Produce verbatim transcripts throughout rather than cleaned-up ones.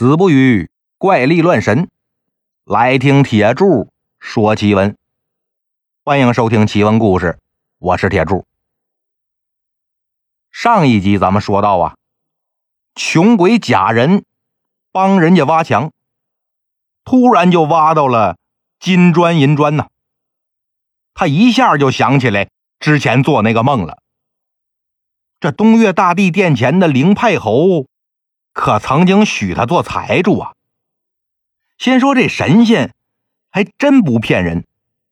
子不语怪力乱神，来听铁柱说奇闻。欢迎收听奇闻故事，我是铁柱。上一集咱们说到啊，穷鬼假人帮人家挖墙，突然就挖到了金砖银砖呐、啊。他一下就想起来之前做那个梦了。这东岳大帝殿前的灵派侯可曾经许他做财主啊。先说这神仙还真不骗人。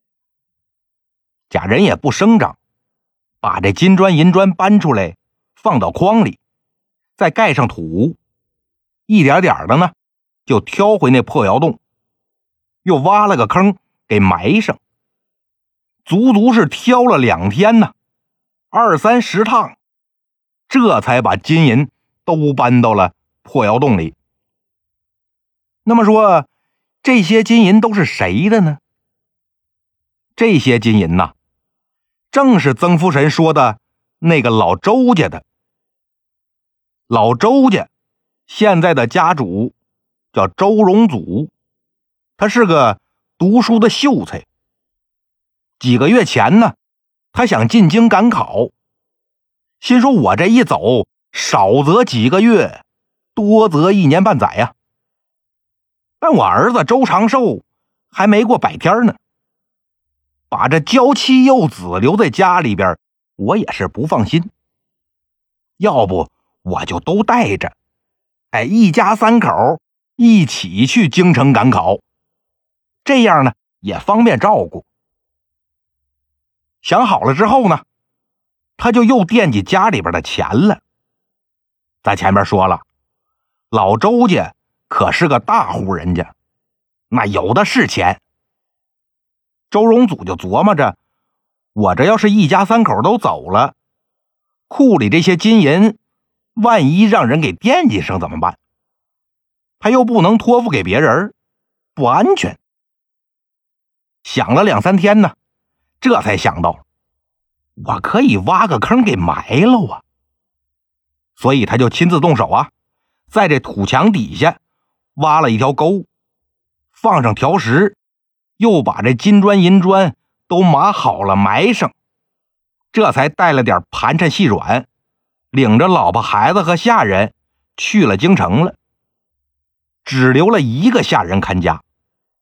假人也不声张，把这金砖银砖搬出来放到筐里，再盖上土，一点点的呢就挑回那破窑洞，又挖了个坑给埋上，足足是挑了两天呢，二三十趟，这才把金银都搬到了破窑洞里。那么说这些金银都是谁的呢？这些金银呐、啊，正是曾夫神说的那个老周家的。老周家现在的家主叫周荣祖，他是个读书的秀才。几个月前呢，他想进京赶考，心说我这一走，少则几个月，多则一年半载呀、啊。但我儿子周长寿还没过百天呢，把这娇妻幼子留在家里边，我也是不放心。要不我就都带着，哎，一家三口一起去京城赶考，这样呢也方便照顾。想好了之后呢，他就又惦记家里边的钱了。在前面说了，老周家可是个大户人家，那有的是钱。周荣祖就琢磨着，我这要是一家三口都走了，库里这些金银万一让人给惦记上怎么办？他又不能托付给别人，不安全。想了两三天呢，这才想到我可以挖个坑给埋了啊。所以他就亲自动手啊，在这土墙底下挖了一条沟，放上条石，又把这金砖银砖都码好了埋上，这才带了点盘缠细软，领着老婆孩子和下人去了京城了，只留了一个下人看家。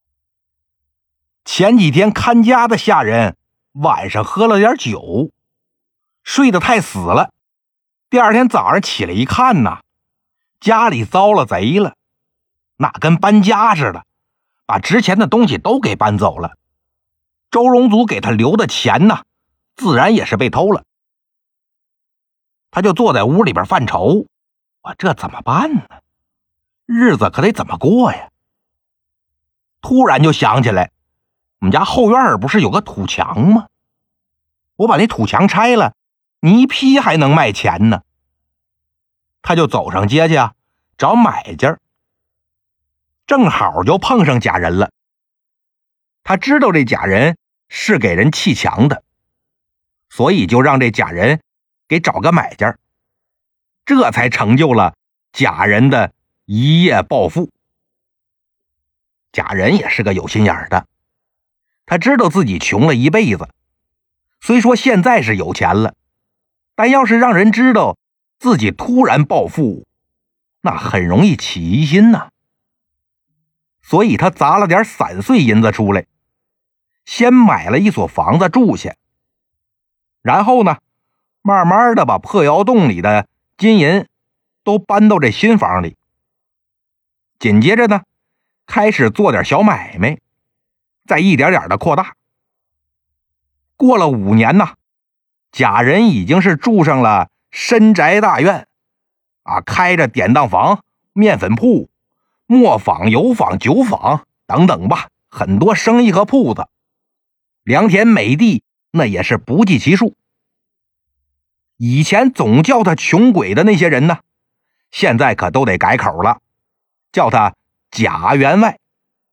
前几天看家的下人晚上喝了点酒，睡得太死了，第二天早上起来一看呐，家里遭了贼了，那跟搬家似的，把值钱的东西都给搬走了。周荣祖给他留的钱呢，自然也是被偷了。他就坐在屋里边犯愁，我这怎么办呢？日子可得怎么过呀？突然就想起来，我们家后院不是有个土墙吗？我把那土墙拆了，泥坯还能卖钱呢。他就走上街去啊，找买家。正好就碰上假人了。他知道这假人是给人砌墙的，所以就让这假人给找个买家，这才成就了假人的一夜暴富。假人也是个有心眼的，他知道自己穷了一辈子，虽说现在是有钱了，但要是让人知道自己突然暴富，那很容易起疑心呐。所以他砸了点散碎银子出来，先买了一所房子住下，然后呢慢慢的把破窑洞里的金银都搬到这新房里。紧接着呢开始做点小买卖，再一点点的扩大。过了五年呢，假人已经是住上了深宅大院啊，开着典当房、面粉铺、磨坊、油坊、酒坊等等吧，很多生意和铺子，良田美地那也是不计其数。以前总叫他穷鬼的那些人呢，现在可都得改口了，叫他贾员外。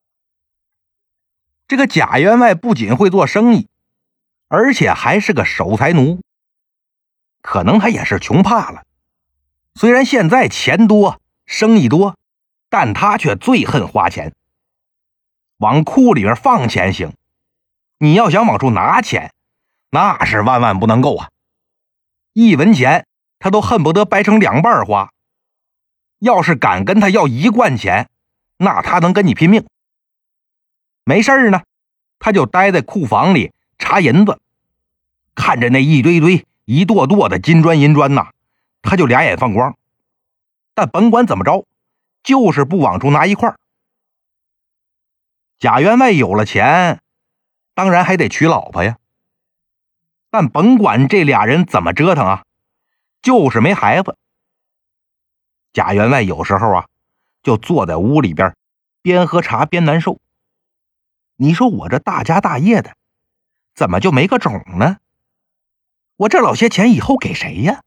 这个贾员外不仅会做生意，而且还是个守财奴。可能他也是穷怕了，虽然现在钱多生意多， 但他却最恨花钱。往库里面放钱行，你要想往出拿钱，那是万万不能够啊！一文钱他都恨不得掰成两半花。要是敢跟他要一贯钱，那他能跟你拼命。没事呢，他就待在库房里查银子，看着那一堆堆一垛垛的金砖银砖呐，他就俩眼放光。但甭管怎么着，就是不往出拿一块。贾员外有了钱，当然还得娶老婆呀。但甭管这俩人怎么折腾啊，就是没孩子。贾员外有时候啊，就坐在屋里边，边喝茶边难受。你说我这大家大业的，怎么就没个种呢？我这老些钱以后给谁呀？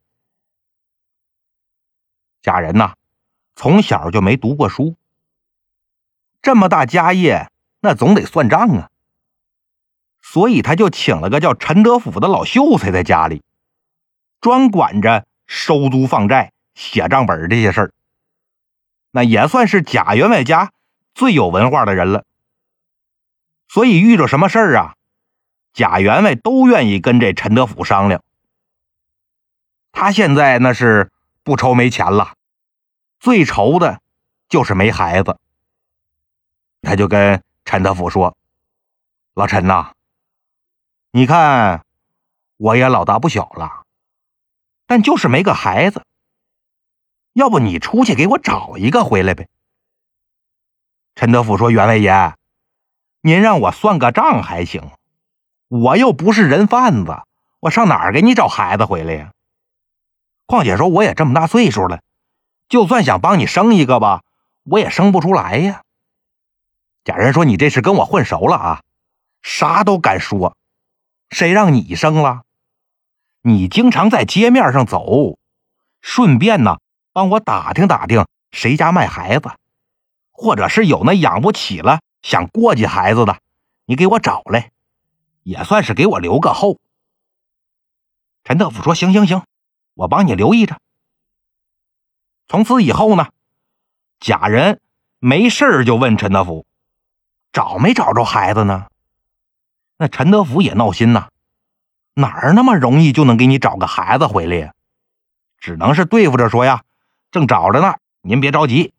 贾人呐，从小就没读过书，这么大家业，那总得算账啊。所以他就请了个叫陈德甫的老秀才在家里，专管着收租放债、写账本这些事儿。那也算是贾员外家最有文化的人了。所以遇着什么事儿啊，贾员外都愿意跟这陈德甫商量。他现在那是不愁没钱了，最愁的就是没孩子。他就跟陈德甫说：老陈呐，你看我也老大不小了，但就是没个孩子，要不你出去给我找一个回来呗。陈德甫说：员外爷，您让我算个账还行，我又不是人贩子，我上哪儿给你找孩子回来呀？况且说我也这么大岁数了，就算想帮你生一个吧，我也生不出来呀。贾人说：你这是跟我混熟了啊，啥都敢说，谁让你生了？你经常在街面上走，顺便呢帮我打听打听谁家卖孩子，或者是有那养不起了想过继孩子的，你给我找来，也算是给我留个后。陈德甫说：行行行，我帮你留意着。从此以后呢，贾人没事就问陈德甫找没找着孩子呢。那陈德甫也闹心呐，哪儿那么容易就能给你找个孩子回来呀？只能是对付着说呀，正找着呢，您别着急。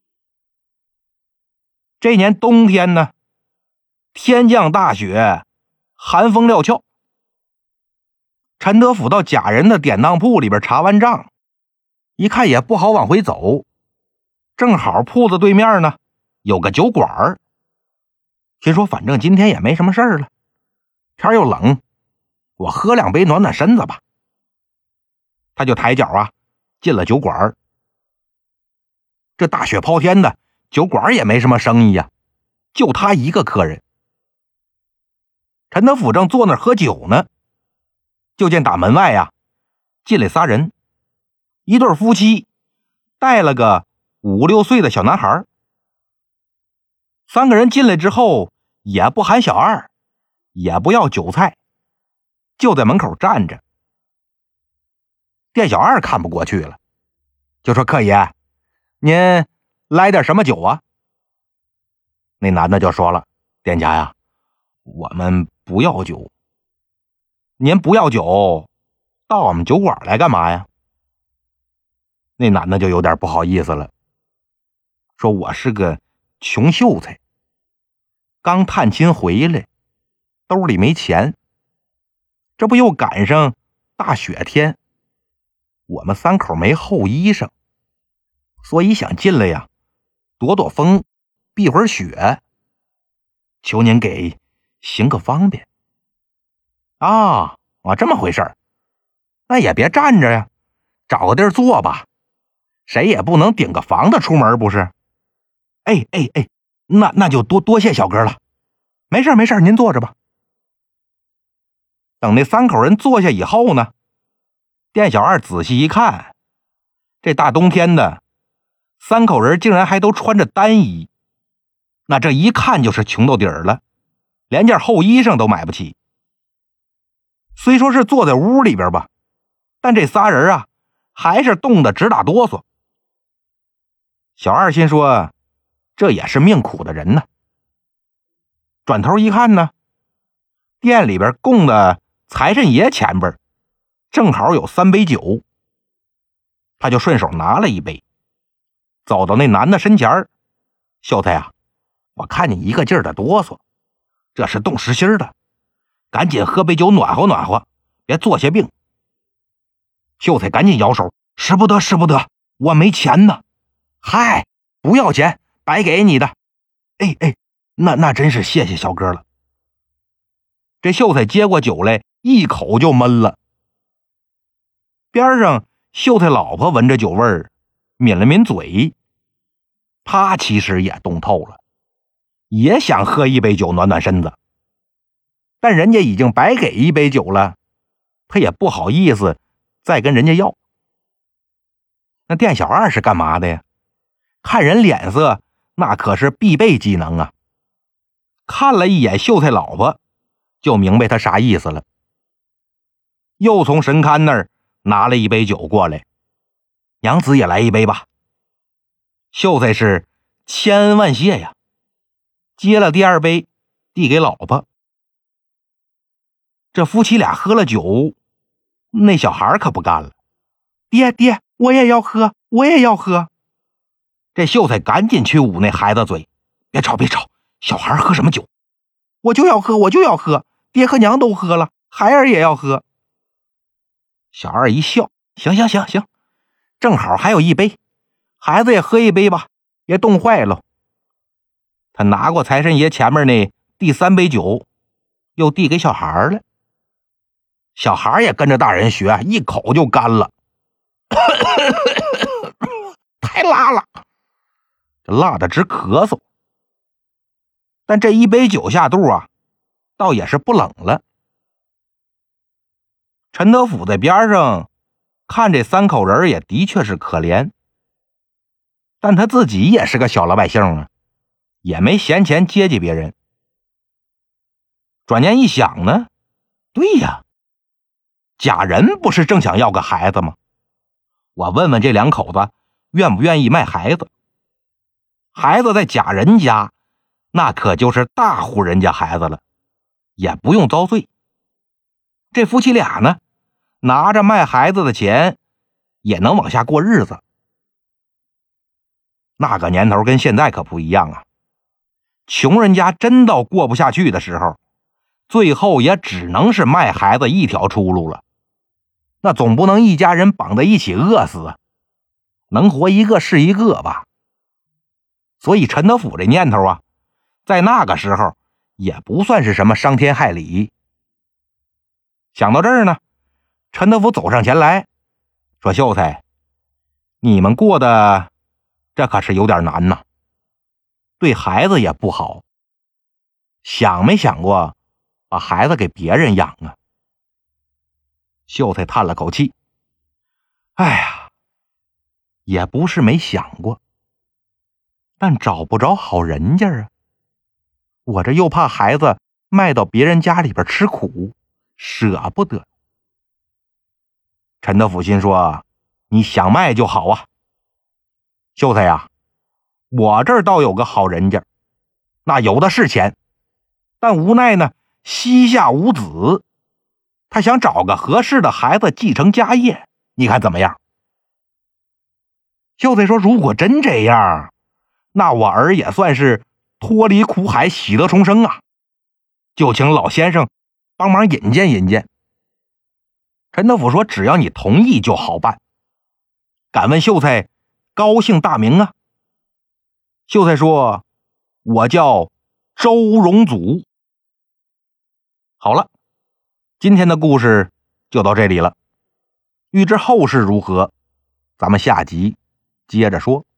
这年冬天呢，天降大雪，寒风料峭。陈德甫到贾人的典当铺里边查完账，一看也不好往回走，正好铺子对面呢有个酒馆，心说反正今天也没什么事儿了，天又冷，我喝两杯暖暖身子吧。他就抬脚啊进了酒馆。这大雪抛天的，酒馆也没什么生意呀，就他一个客人。陈德甫正坐那儿喝酒呢，就见打门外呀进来仨人，一对夫妻带了个五六岁的小男孩。三个人进来之后也不喊小二，也不要酒菜，就在门口站着。店小二看不过去了，就说：客爷，您来点什么酒啊？那男的就说了：店家呀，我们不要酒。您不要酒，到我们酒馆来干嘛呀？那男的就有点不好意思了，说：我是个穷秀才，刚探亲回来，兜里没钱，这不又赶上大雪天，我们三口没厚衣裳，所以想进来呀躲躲风，避会儿雪，求您给行个方便。啊啊，这么回事儿，那也别站着呀，找个地儿坐吧，谁也不能顶个房子出门不是？哎哎哎，那那就多多谢小哥了，没事没事，您坐着吧。等那三口人坐下以后呢，店小二仔细一看，这大冬天的，三口人竟然还都穿着单衣，那这一看就是穷到底儿了，连件厚衣裳都买不起。虽说是坐在屋里边吧，但这仨人啊还是冻得直打哆嗦。 小二心说，这也是命苦的人呢。转头一看呢，店里边供的财神爷前边正好有三杯酒，他就顺手拿了一杯，走到那男的身前，秀才啊，我看你一个劲儿的哆嗦，这是冻实心的，赶紧喝杯酒暖和暖和，别做些病。秀才赶紧摇手，使不得使不得，我没钱呢。嗨，不要钱，白给你的。哎哎，那那真是谢谢小哥了。这秀才接过酒来，一口就闷了。边上秀才老婆闻着酒味儿，抿了抿嘴，他其实也冻透了，也想喝一杯酒暖暖身子，但人家已经白给一杯酒了，他也不好意思再跟人家要。那店小二是干嘛的呀？看人脸色，那可是必备技能啊。看了一眼秀才老婆，就明白他啥意思了，又从神龛那儿拿了一杯酒过来，娘子也来一杯吧。秀才是千恩万谢呀，接了第二杯递给老婆。这夫妻俩喝了酒，那小孩可不干了，爹爹，我也要喝，我也要喝。这秀才赶紧去捂那孩子嘴，别吵别吵，小孩喝什么酒？我就要喝，我就要喝，爹和娘都喝了，孩儿也要喝。小二一笑，行行行行，正好还有一杯，孩子也喝一杯吧，别冻坏了。他拿过财神爷前面那第三杯酒，又递给小孩了。小孩也跟着大人学，一口就干了。太辣了，这辣的直咳嗽。但这一杯酒下肚啊，倒也是不冷了。陈德甫在边上看这三口人也的确是可怜，但他自己也是个小老百姓啊，也没闲钱接济别人。转念一想呢，对呀，贾仁不是正想要个孩子吗？我问问这两口子愿不愿意卖孩子。孩子在贾仁家，那可就是大户人家孩子了，也不用遭罪。这夫妻俩呢，拿着卖孩子的钱，也能往下过日子。那个年头跟现在可不一样啊，穷人家真到过不下去的时候，最后也只能是卖孩子一条出路了。那总不能一家人绑在一起饿死啊，能活一个是一个吧。所以陈德甫这念头啊，在那个时候也不算是什么伤天害理。想到这儿呢，陈德甫走上前来说，秀才，你们过的这可是有点难呐，对孩子也不好，想没想过把孩子给别人养啊？秀才叹了口气，哎呀，也不是没想过，但找不着好人家啊。我这又怕孩子卖到别人家里边吃苦，舍不得。陈德甫心说，你想卖就好啊。秀才呀，我这儿倒有个好人家，那有的是钱，但无奈呢，膝下无子，他想找个合适的孩子继承家业，你看怎么样？秀才说，如果真这样，那我儿也算是脱离苦海，喜得重生啊，就请老先生帮忙引荐引荐。陈德甫说，只要你同意就好办。敢问秀才高姓大名啊？秀才说，我叫周荣祖。好了，今天的故事就到这里了，欲知后事如何，咱们下集接着说。